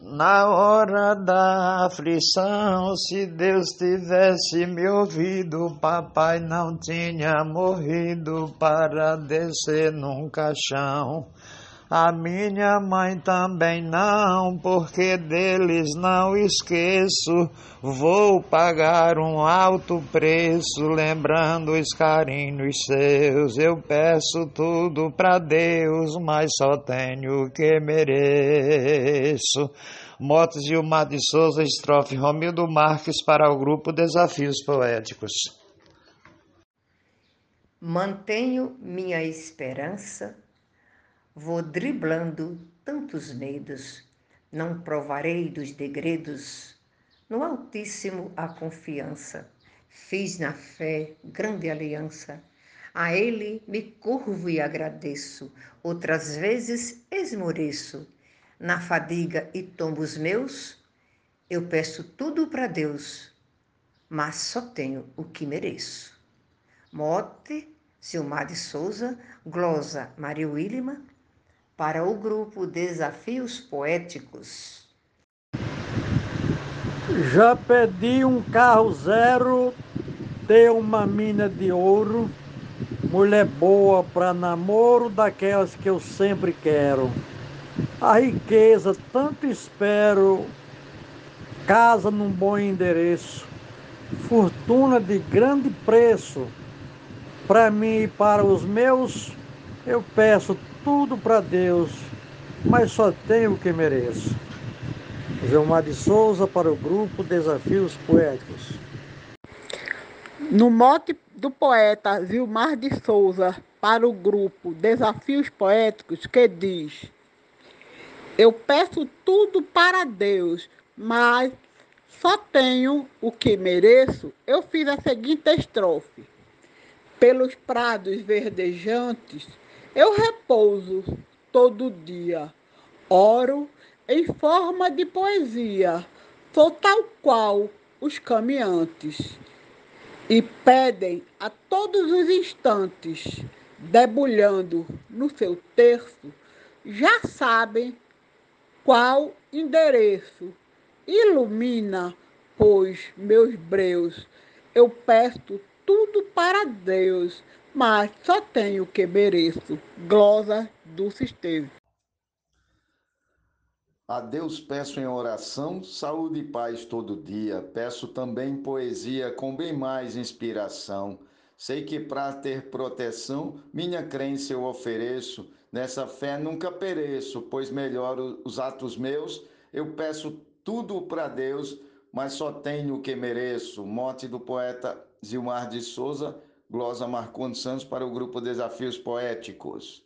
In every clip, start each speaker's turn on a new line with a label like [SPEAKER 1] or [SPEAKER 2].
[SPEAKER 1] Na hora da aflição, se Deus tivesse me ouvido, papai não tinha morrido para descer num caixão. A minha mãe também não, porque deles não esqueço. Vou pagar um alto preço, lembrando os carinhos seus. Eu peço tudo pra Deus, mas só tenho o que mereço. Motos Gilmar de Souza, estrofe Romildo Marques para o grupo Desafios Poéticos.
[SPEAKER 2] Mantenho minha esperança, vou driblando tantos medos, não provarei dos degredos, no Altíssimo a confiança, fiz na fé grande aliança, a Ele me curvo e agradeço, outras vezes esmoreço, na fadiga e tombos meus, eu peço tudo para Deus, mas só tenho o que mereço. Mote, Gilmar de Souza, glosa Maria Wilima, para o grupo Desafios Poéticos.
[SPEAKER 3] Já pedi um carro zero, ter uma mina de ouro, mulher boa para namoro, daquelas que eu sempre quero. A riqueza tanto espero, casa num bom endereço, fortuna de grande preço. Para mim e para os meus, eu peço tudo para Deus, mas só tenho o que mereço. Gilmar de Souza para o grupo Desafios Poéticos.
[SPEAKER 4] No mote do poeta Gilmar de Souza para o grupo Desafios Poéticos, que diz: eu peço tudo para Deus, mas só tenho o que mereço. Eu fiz a seguinte estrofe: pelos prados verdejantes eu repouso todo dia, oro em forma de poesia, sou tal qual os caminhantes, e pedem a todos os instantes, debulhando no seu terço, já sabem qual endereço. Ilumina, pois, meus breus, eu peço tudo para Deus, mas só tenho o que mereço. Glosa Dulce Esteves.
[SPEAKER 5] A Deus peço em oração, saúde e paz todo dia. Peço também poesia com bem mais inspiração. Sei que para ter proteção, minha crença eu ofereço. Nessa fé nunca pereço, pois melhoro os atos meus. Eu peço tudo para Deus, mas só tenho o que mereço. Mote do poeta Gilmar de Souza, glosa Marcondes Santos para o grupo Desafios Poéticos.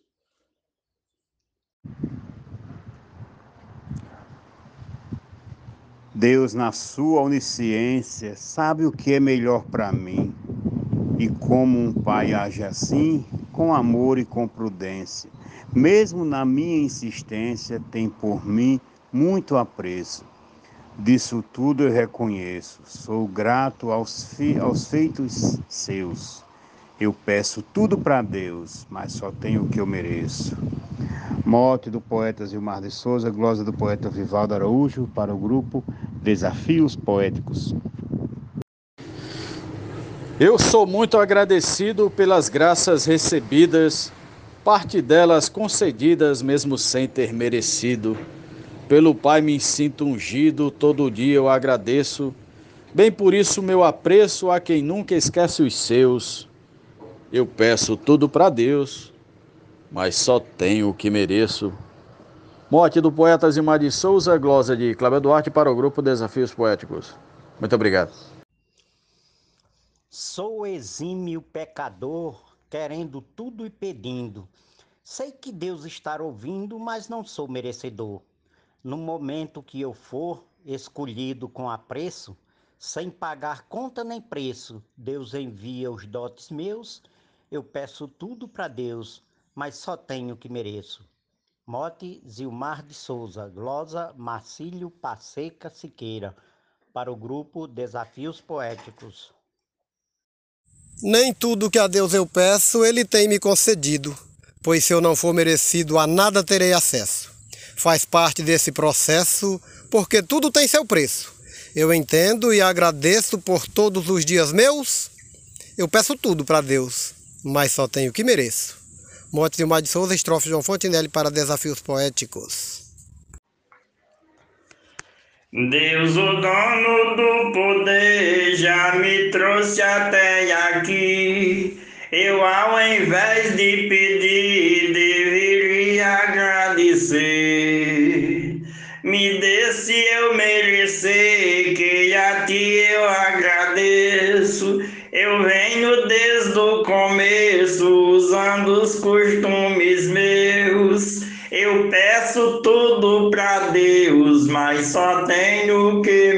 [SPEAKER 6] Deus, na sua onisciência, sabe o que é melhor para mim. E como um pai age assim, com amor e com prudência, mesmo na minha insistência, tem por mim muito apreço. Disso tudo eu reconheço, sou grato aos feitos seus. Eu peço tudo para Deus, mas só tenho o que eu mereço. Mote do poeta Gilmar de Souza, glosa do poeta Vivaldo Araújo, para o grupo Desafios Poéticos.
[SPEAKER 7] Eu sou muito agradecido pelas graças recebidas, parte delas concedidas mesmo sem ter merecido. Pelo Pai me sinto ungido, todo dia eu agradeço. Bem por isso meu apreço a quem nunca esquece os seus. Eu peço tudo para Deus, mas só tenho o que mereço. Mote do poeta Gilmar de Souza, glosa de Cláudio Duarte para o grupo Desafios Poéticos. Muito obrigado.
[SPEAKER 8] Sou exímio pecador, querendo tudo e pedindo. Sei que Deus está ouvindo, mas não sou merecedor. No momento que eu for escolhido com apreço, sem pagar conta nem preço, Deus envia os dotes meus. Eu peço tudo para Deus, mas só tenho o que mereço. Mote Gilmar de Souza, glosa Marcílio Passeca Siqueira, para o grupo Desafios Poéticos.
[SPEAKER 9] Nem tudo que a Deus eu peço, Ele tem me concedido, pois se eu não for merecido, a nada terei acesso. faz parte desse processo, porque tudo tem seu preço. Eu entendo e agradeço por todos os dias meus. Eu peço tudo para Deus, mas só tenho o que mereço. Mote Zilmar de Souza, estrofe João Fontinelli para Desafios Poéticos.
[SPEAKER 1] Deus, o dono do poder, já me trouxe até aqui. Eu, ao invés de pedir, deveria agradecer. Me dê se eu merecer, que a ti eu agradeço. Eu venho desde o começo, usando os costumes meus. Eu peço tudo pra Deus, mas só tenho o que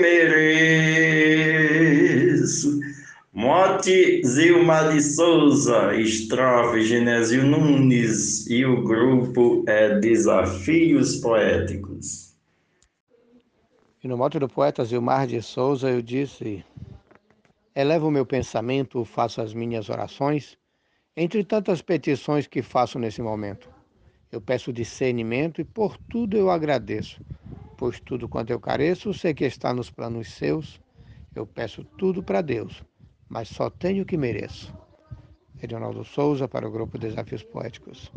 [SPEAKER 1] mereço. Mote Zilmar de Souza, estrofe Genésio Nunes, e o grupo é Desafios Poéticos.
[SPEAKER 10] E no mote do poeta Zilmar de Souza eu disse: elevo o meu pensamento, faço as minhas orações, entre tantas petições que faço nesse momento. Eu peço discernimento e por tudo eu agradeço, pois tudo quanto eu careço, sei que está nos planos seus. Eu peço tudo para Deus, mas só tenho o que mereço. Edionaldo Souza para o grupo Desafios Poéticos.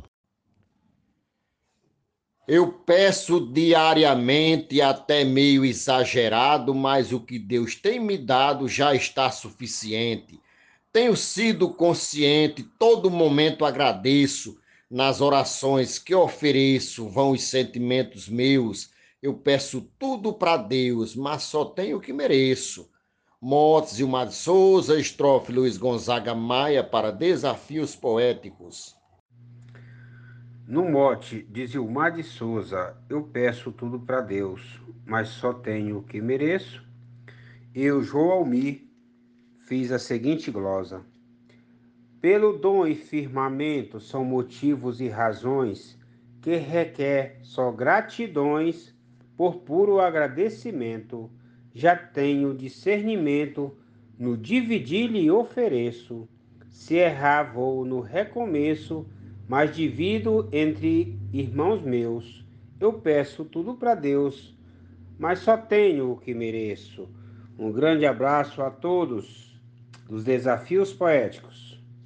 [SPEAKER 11] Eu peço diariamente, até meio exagerado, mas o que Deus tem me dado já está suficiente. Tenho sido consciente, todo momento agradeço. Nas orações que ofereço vão os sentimentos meus. Eu peço tudo para Deus, mas só tenho o que mereço. Mote Zilmar de Souza, estrofe Luiz Gonzaga Maia para Desafios Poéticos.
[SPEAKER 12] No mote de Zilmar de Souza, eu peço tudo para Deus, mas só tenho o que mereço. Eu, João Almir, fiz a seguinte glosa. Pelo dom e firmamento são motivos e razões que requer só gratidões, por puro agradecimento. Já tenho discernimento, no dividir lhe ofereço. Se errar vou no recomeço, mas divido entre irmãos meus. Eu peço tudo para Deus, mas só tenho o que mereço. Um grande abraço a todos dos Desafios Poéticos.